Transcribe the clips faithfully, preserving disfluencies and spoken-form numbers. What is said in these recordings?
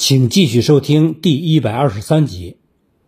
请继续收听第一百二十三集。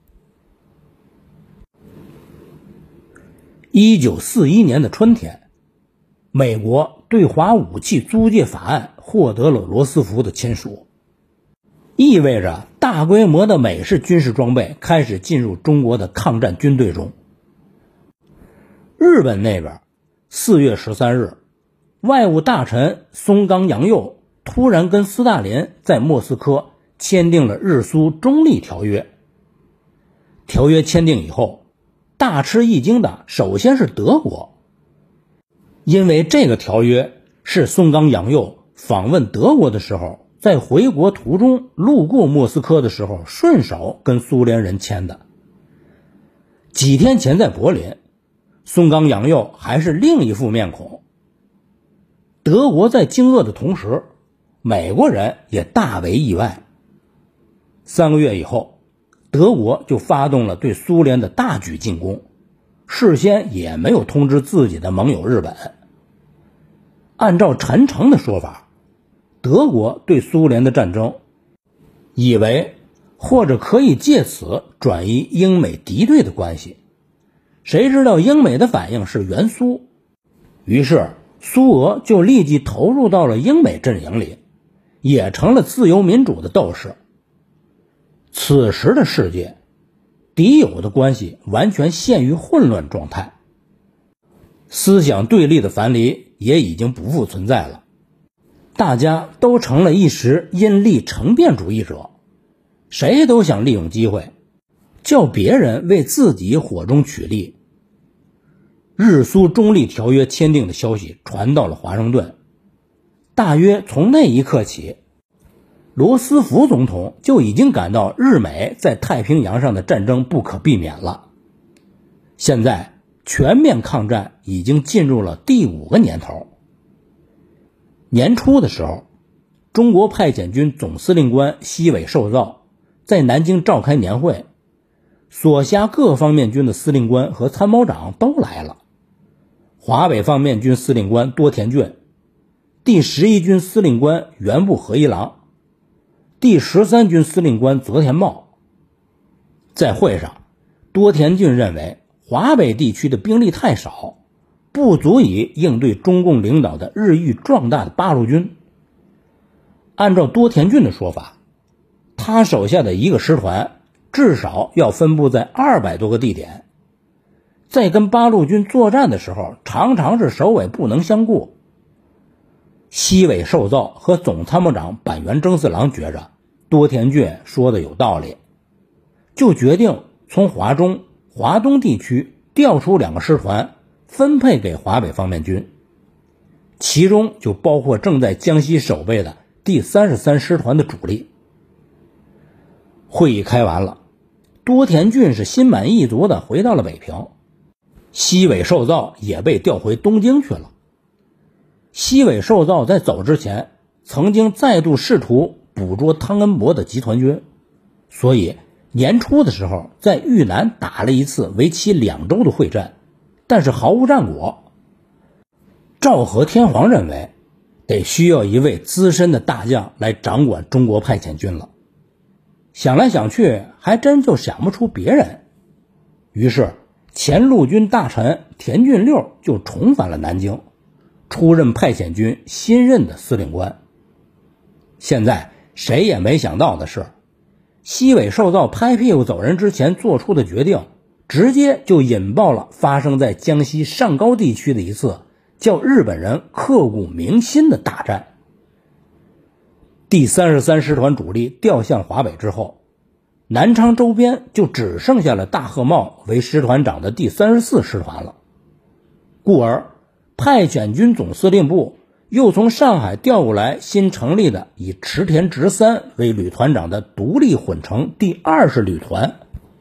一九四一年的春天，美国对华武器租借法案获得了罗斯福的签署，意味着大规模的美式军事装备开始进入中国的抗战军队中。日本那边，四月十三日，外务大臣松冈洋右突然跟斯大林在莫斯科签订了日苏中立条约。条约签订以后，大吃一惊的首先是德国，因为这个条约是松冈洋右访问德国的时候，在回国途中路过莫斯科的时候顺手跟苏联人签的。几天前在柏林，松冈洋右还是另一副面孔。德国在惊愕的同时，美国人也大为意外。三个月以后，德国就发动了对苏联的大举进攻，事先也没有通知自己的盟友日本。按照陈诚的说法，德国对苏联的战争，以为或者可以借此转移英美敌对的关系。谁知道英美的反应是援苏，于是苏俄就立即投入到了英美阵营里，也成了自由民主的斗士。此时的世界，敌友的关系完全陷于混乱状态，思想对立的樊篱也已经不复存在了，大家都成了一时因利成变主义者，谁都想利用机会叫别人为自己火中取栗。日苏中立条约签订的消息传到了华盛顿，大约从那一刻起，罗斯福总统就已经感到日美在太平洋上的战争不可避免了。现在全面抗战已经进入了第五个年头。年初的时候，中国派遣军总司令官西尾寿造在南京召开年会，所辖各方面军的司令官和参谋长都来了。华北方面军司令官多田骏，第十一军司令官原部和一郎，第十三军司令官泽田茂。在会上，多田骏认为华北地区的兵力太少，不足以应对中共领导的日益壮大的八路军。按照多田骏的说法，他手下的一个师团至少要分布在二百多个地点，在跟八路军作战的时候，常常是首尾不能相顾。西尾寿造和总参谋长板垣征四郎觉着多田骏说的有道理，就决定从华中、华东地区调出两个师团，分配给华北方面军，其中就包括正在江西守备的第三十三师团的主力。会议开完了，多田骏是心满意足地回到了北平，西尾寿造也被调回东京去了。西尾寿造在走之前曾经再度试图捕捉汤恩伯的集团军，所以年初的时候在豫南打了一次为期两周的会战，但是毫无战果。昭和天皇认为得需要一位资深的大将来掌管中国派遣军了，想来想去还真就想不出别人，于是前陆军大臣田俊六就重返了南京，出任派遣军新任的司令官。现在谁也没想到的是，西尾寿造拍屁股走人之前做出的决定，直接就引爆了发生在江西上高地区的一次叫日本人刻骨铭心的大战。第三十三师团主力调向华北之后，南昌周边就只剩下了大贺茂为师团长的第三十四师团了，故而派遣军总司令部又从上海调过来新成立的以池田直三为旅团长的独立混成第二十旅团。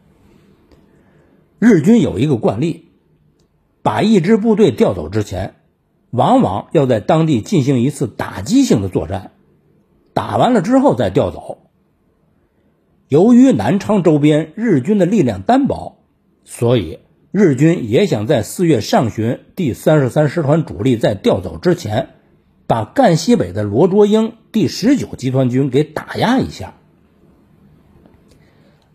日军有一个惯例，把一支部队调走之前，往往要在当地进行一次打击性的作战，打完了之后再调走。由于南昌周边日军的力量单薄，所以日军也想在四月上旬第三十三师团主力在调走之前，把赣西北的罗卓英第十九集团军给打压一下。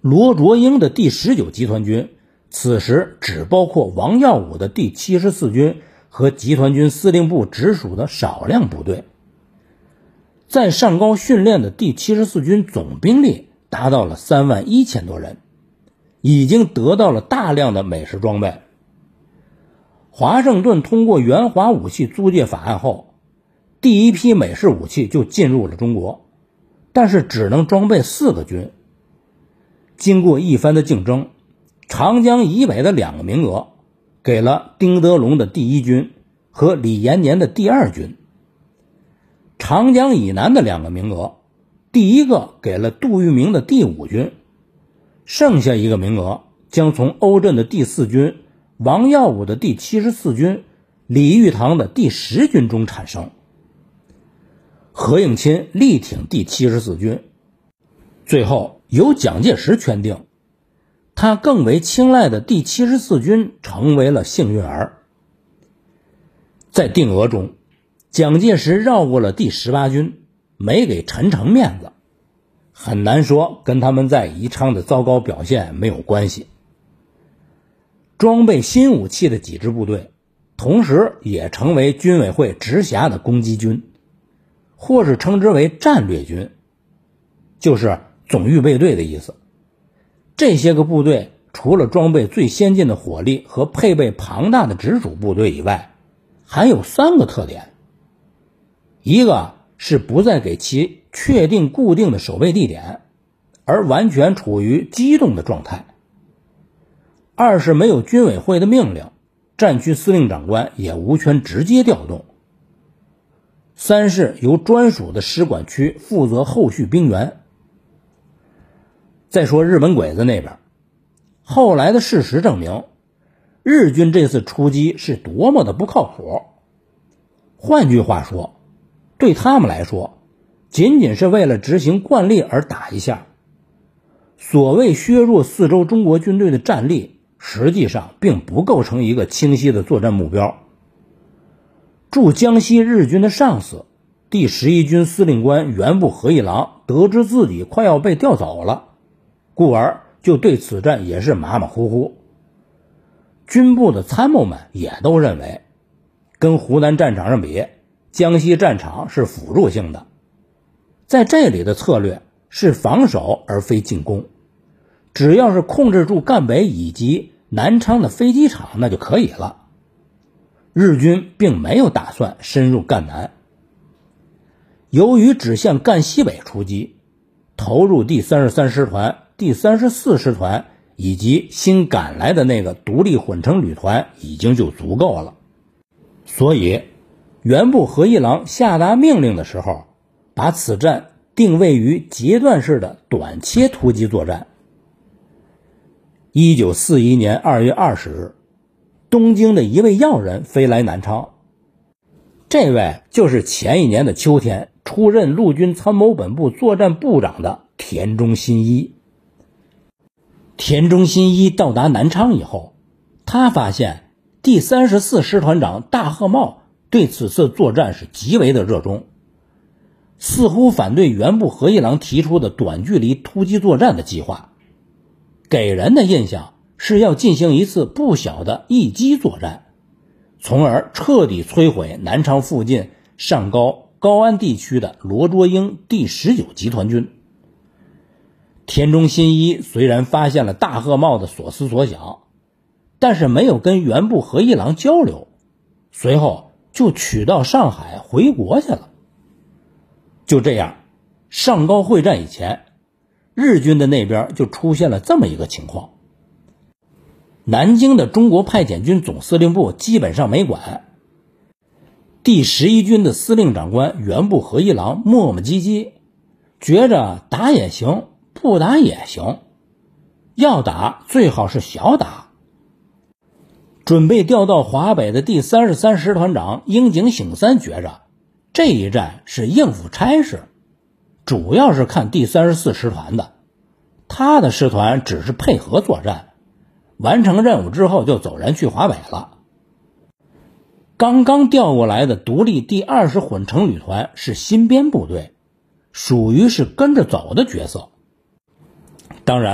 罗卓英的第十九集团军此时只包括王耀武的第七十四军和集团军司令部直属的少量部队。在上高训练的第七十四军总兵力达到了三万一千多人，已经得到了大量的美式装备。华盛顿通过援华武器租借法案后，第一批美式武器就进入了中国，但是只能装备四个军。经过一番的竞争，长江以北的两个名额给了丁德龙的第一军和李延年的第二军，长江以南的两个名额，第一个给了杜聿明的第五军，剩下一个名额将从欧震的第四军、王耀武的第七十四军、李玉堂的第十军中产生。何应钦力挺第七十四军，最后由蒋介石圈定，他更为青睐的第七十四军成为了幸运儿。在定额中，蒋介石绕过了第十八军，没给陈诚面子，很难说跟他们在宜昌的糟糕表现没有关系。装备新武器的几支部队，同时也成为军委会直辖的攻击军，或是称之为战略军，就是总预备队的意思。这些个部队除了装备最先进的火力和配备庞大的直属部队以外，还有三个特点。一个是不再给其确定固定的守备地点，而完全处于机动的状态。二是没有军委会的命令，战区司令长官也无权直接调动。三是由专属的使馆区负责后续兵员。再说日本鬼子那边，后来的事实证明，日军这次出击是多么的不靠谱。换句话说，对他们来说，仅仅是为了执行惯例而打一下。所谓削弱四周中国军队的战力，实际上并不构成一个清晰的作战目标。驻江西日军的上司第十一军司令官原部和一郎得知自己快要被调走了，故而就对此战也是马马虎虎。军部的参谋们也都认为，跟湖南战场上比，江西战场是辅助性的，在这里的策略是防守而非进攻，只要是控制住赣北以及南昌的飞机场那就可以了。日军并没有打算深入赣南。由于只向赣西北出击，投入第三十三师团、第三十四师团以及新赶来的那个独立混成旅团已经就足够了。所以原部和一郎下达命令的时候，把此战定位于截断式的短切突击作战。一九四一年二月二十日，东京的一位要人飞来南昌，这位就是前一年的秋天出任陆军参谋本部作战部长的田中新一。田中新一到达南昌以后，他发现第三十四师团长大贺茂对此次作战是极为的热衷，似乎反对原部和一郎提出的短距离突击作战的计划，给人的印象是要进行一次不小的一击作战，从而彻底摧毁南昌附近上高、高安地区的罗卓英第十九集团军。田中新一虽然发现了大贺茂的所思所想，但是没有跟原部和一郎交流，随后就取到上海回国去了。就这样，上高会战以前，日军的那边就出现了这么一个情况。南京的中国派遣军总司令部基本上没管，第十一军的司令长官原部和一郎磨磨唧唧，觉着打也行，不打也行，要打最好是小打。准备调到华北的第三十三师团长樱井醒三觉着这一战是应付差事，主要是看第三十四师团的，他的师团只是配合作战，完成任务之后就走人去华北了。刚刚调过来的独立第二十混成旅团是新编部队，属于是跟着走的角色。当然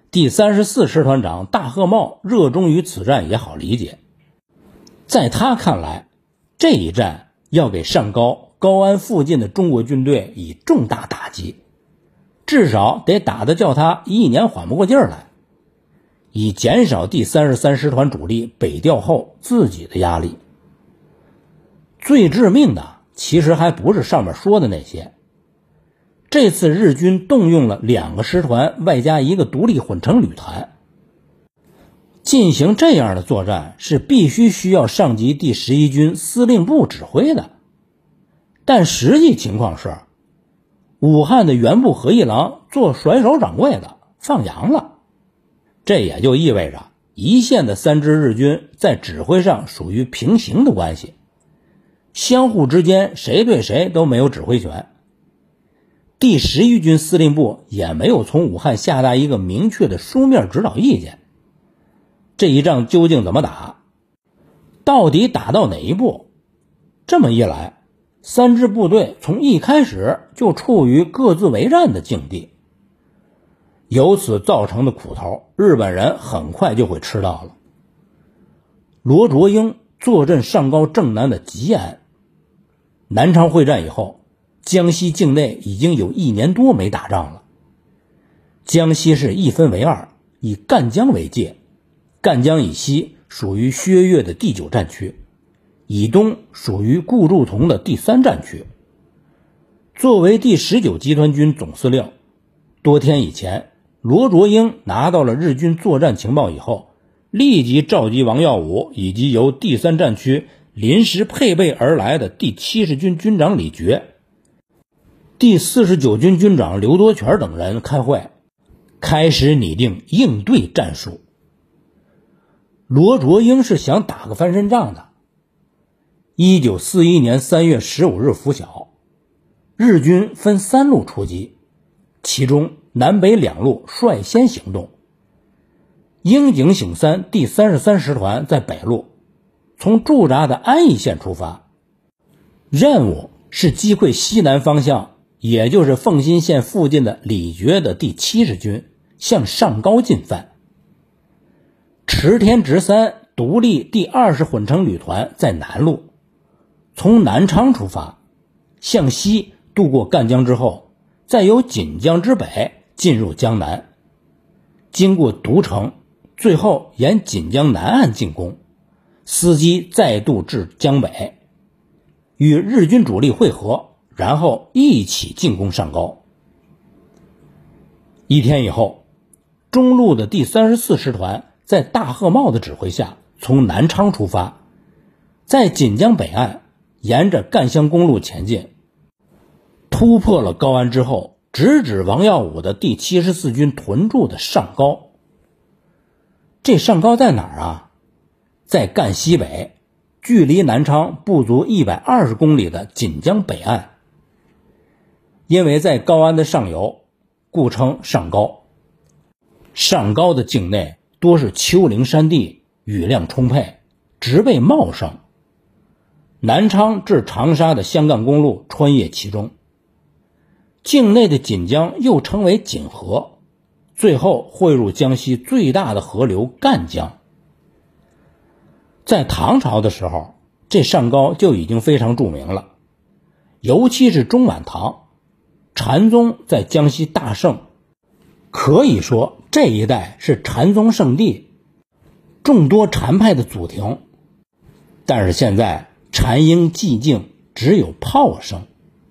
第三十四师团长大贺茂热衷于此战也好理解，在他看来，这一战要给上高、高安附近的中国军队以重大打击，至少得打得叫他一年缓不过劲儿来，以减少第三十三师团主力北调后自己的压力。最致命的其实还不是上面说的那些，这次日军动用了两个师团外加一个独立混成旅团，进行这样的作战是必须需要上级第十一军司令部指挥的。但实际情况是，武汉的原部和一郎做甩手掌柜的放羊了，这也就意味着一线的三支日军在指挥上属于平行的关系，相互之间谁对谁都没有指挥权。第十一军司令部也没有从武汉下达一个明确的书面指导意见。这一仗究竟怎么打？到底打到哪一步？这么一来，三支部队从一开始就处于各自为战的境地。由此造成的苦头，日本人很快就会吃到了。罗卓英坐镇上高正南的吉安。南昌会战以后，江西境内已经有一年多没打仗了。江西是一分为二，以赣江为界，赣江以西属于薛岳的第九战区，以东属于顾祝同的第三战区。作为第十九集团军总司令，多天以前，罗卓英拿到了日军作战情报以后，立即召集王耀武以及由第三战区临时配备而来的第七十军军长李觉、第四十九军军长刘多全等人开会，开始拟定应对战术。罗卓英是想打个翻身仗的。一九四一年三月十五日拂晓，日军分三路出击，其中南北两路率先行动。樱井醒三第三十三师团在北路，从驻扎的安义县出发，任务是击溃西南方向，也就是奉新县附近的李觉的第七十军，向上高进犯。池田直三独立第二十混成旅团在南路，从南昌出发，向西渡过赣江之后，再由锦江之北进入江南，经过独城，最后沿锦江南岸进攻，伺机再渡至江北，与日军主力会合，然后一起进攻上高。一天以后，中路的第三十四师团在大贺茂的指挥下从南昌出发，在锦江北岸沿着赣湘公路前进，突破了高安之后，直指王耀武的第七十四军屯驻的上高。这上高在哪儿啊？在赣西北，距离南昌不足一百二十公里的锦江北岸。因为在高安的上游，故称上高。上高的境内多是丘陵山地，雨量充沛，植被茂盛。南昌至长沙的湘赣公路穿越其中，境内的锦江又称为锦河，最后汇入江西最大的河流赣江。在唐朝的时候，这上高就已经非常著名了，尤其是中晚唐，禅宗在江西大盛，可以说这一带是禅宗圣地，众多禅派的祖庭。但是现在禅音寂静，只有炮声。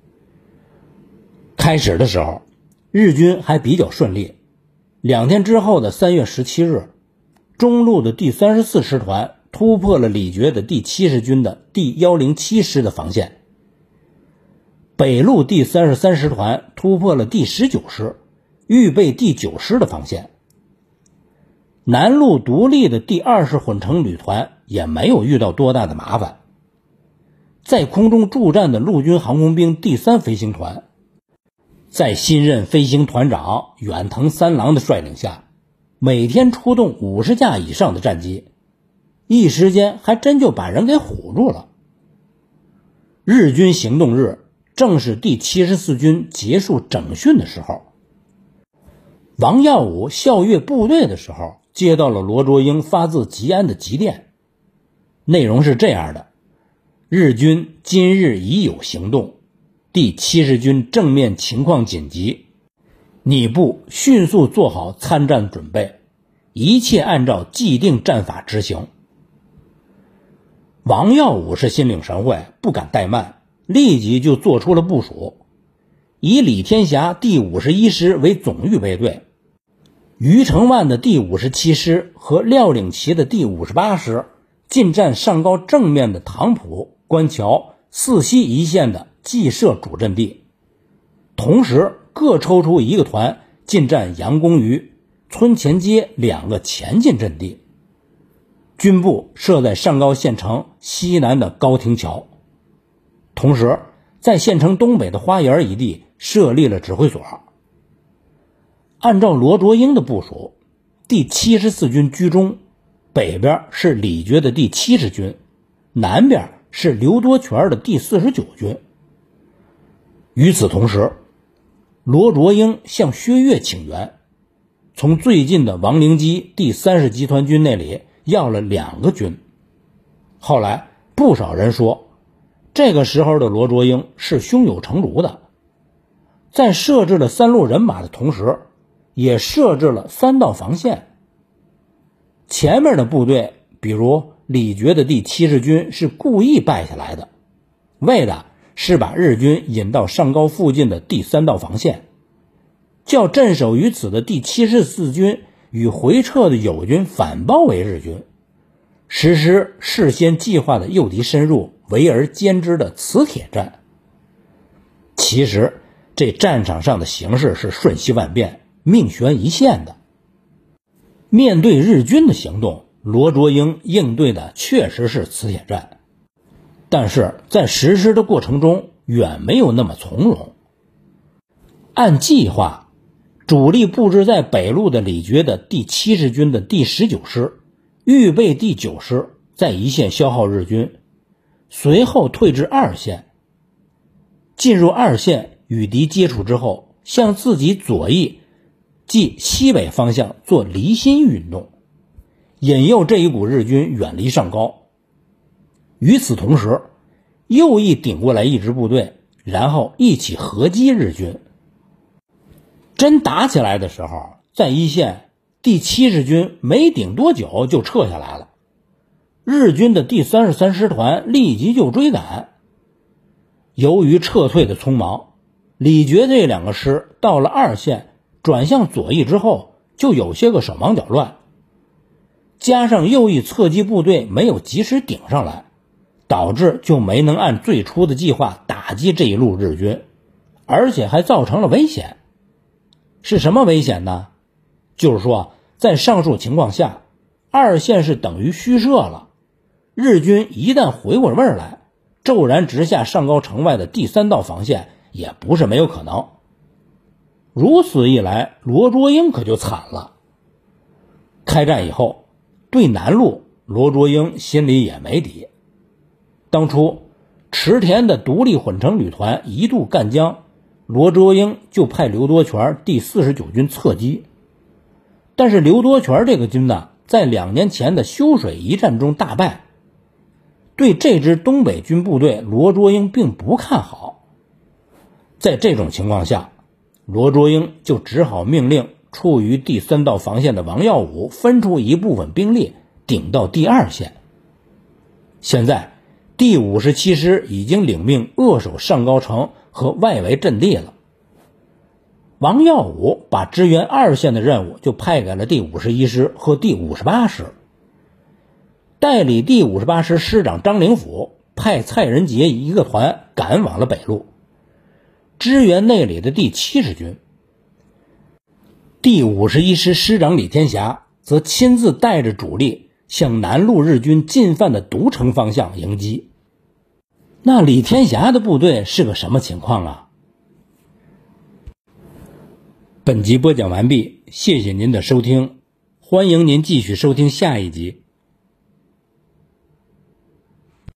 开始的时候，日军还比较顺利。两天之后的三月十七日，中路的第三十四师团突破了李觉的第七十军的第一零七师的防线，北路第三十三师团突破了第十九师，预备第九师的防线。南路独立的第二十混成旅团也没有遇到多大的麻烦。在空中驻战的陆军航空兵第三飞行团，在新任飞行团长远藤三郎的率领下，每天出动五十架以上的战机，一时间还真就把人给唬住了。日军行动日正是第七十四军结束整训的时候。 王耀武校阅部队的时候，接到了罗卓英发自吉安的急电，内容是这样的：日军今日已有行动，第七十军正面情况紧急，你部迅速做好参战准备，一切按照既定战法执行。王耀武是心领神会，不敢怠慢，立即就做出了部署，以李天霞第五十一师为总预备队，余承万的第五十七师和廖领奇的第五十八师进占上高正面的塘浦、官桥、泗溪一线的冀设主阵地，同时各抽出一个团进占杨公峪、村前街两个前进阵地。军部设在上高县城西南的高亭桥，同时在县城东北的花园一地设立了指挥所。按照罗卓英的部署，第七十四军居中，北边是李傕的第七十军，南边是刘多全的第四十九军。与此同时，罗卓英向薛岳请援，从最近的王灵基第三十集团军那里要了两个军。后来不少人说，这个时候的罗卓英是胸有成竹的，在设置了三路人马的同时，也设置了三道防线。前面的部队，比如李傕的第七十军是故意败下来的，为的是把日军引到上高附近的第三道防线，叫镇守于此的第七十四军与回撤的友军反包围日军，实施事先计划的诱敌深入、围而歼之的磁铁战。其实这战场上的形势是瞬息万变、命悬一线的。面对日军的行动，罗卓英应对的确实是磁铁战，但是在实施的过程中远没有那么从容。按计划，主力布置在北路的李傕的第七十军的第十九师、预备第九师在一线消耗日军，随后退至二线，进入二线与敌接触之后，向自己左翼即西北方向做离心运动，引诱这一股日军远离上高。与此同时，右翼顶过来一支部队，然后一起合击日军。真打起来的时候，在一线第七十军没顶多久就撤下来了，日军的第三十三师团立即就追赶。由于撤退的匆忙，李傕这两个师到了二线转向左翼之后，就有些个手忙脚乱，加上右翼侧击部队没有及时顶上来，导致就没能按最初的计划打击这一路日军，而且还造成了危险。是什么危险呢？就是说，在上述情况下，二线是等于虚设了，日军一旦回过味儿来，骤然直下上高城外的第三道防线也不是没有可能。如此一来，罗卓英可就惨了。开战以后，对南路罗卓英心里也没底。当初池田的独立混成旅团一度干将，罗卓英就派刘多全第四十九军侧击，但是刘多全这个军呢，在两年前的修水一战中大败，对这支东北军部队罗卓英并不看好。在这种情况下，罗卓英就只好命令处于第三道防线的王耀武分出一部分兵力顶到第二线。现在第五十七师已经领命扼守上高城和外围阵地了，王耀武把支援二线的任务就派给了第五十一师和第五十八师。代理第五十八师师长张灵甫派蔡仁杰一个团赶往了北路，支援内里的第七十军。第五十一师师长李天霞则亲自带着主力向南路日军进犯的独城方向迎击。那李天霞的部队是个什么情况啊？本集播讲完毕，谢谢您的收听，欢迎您继续收听下一集。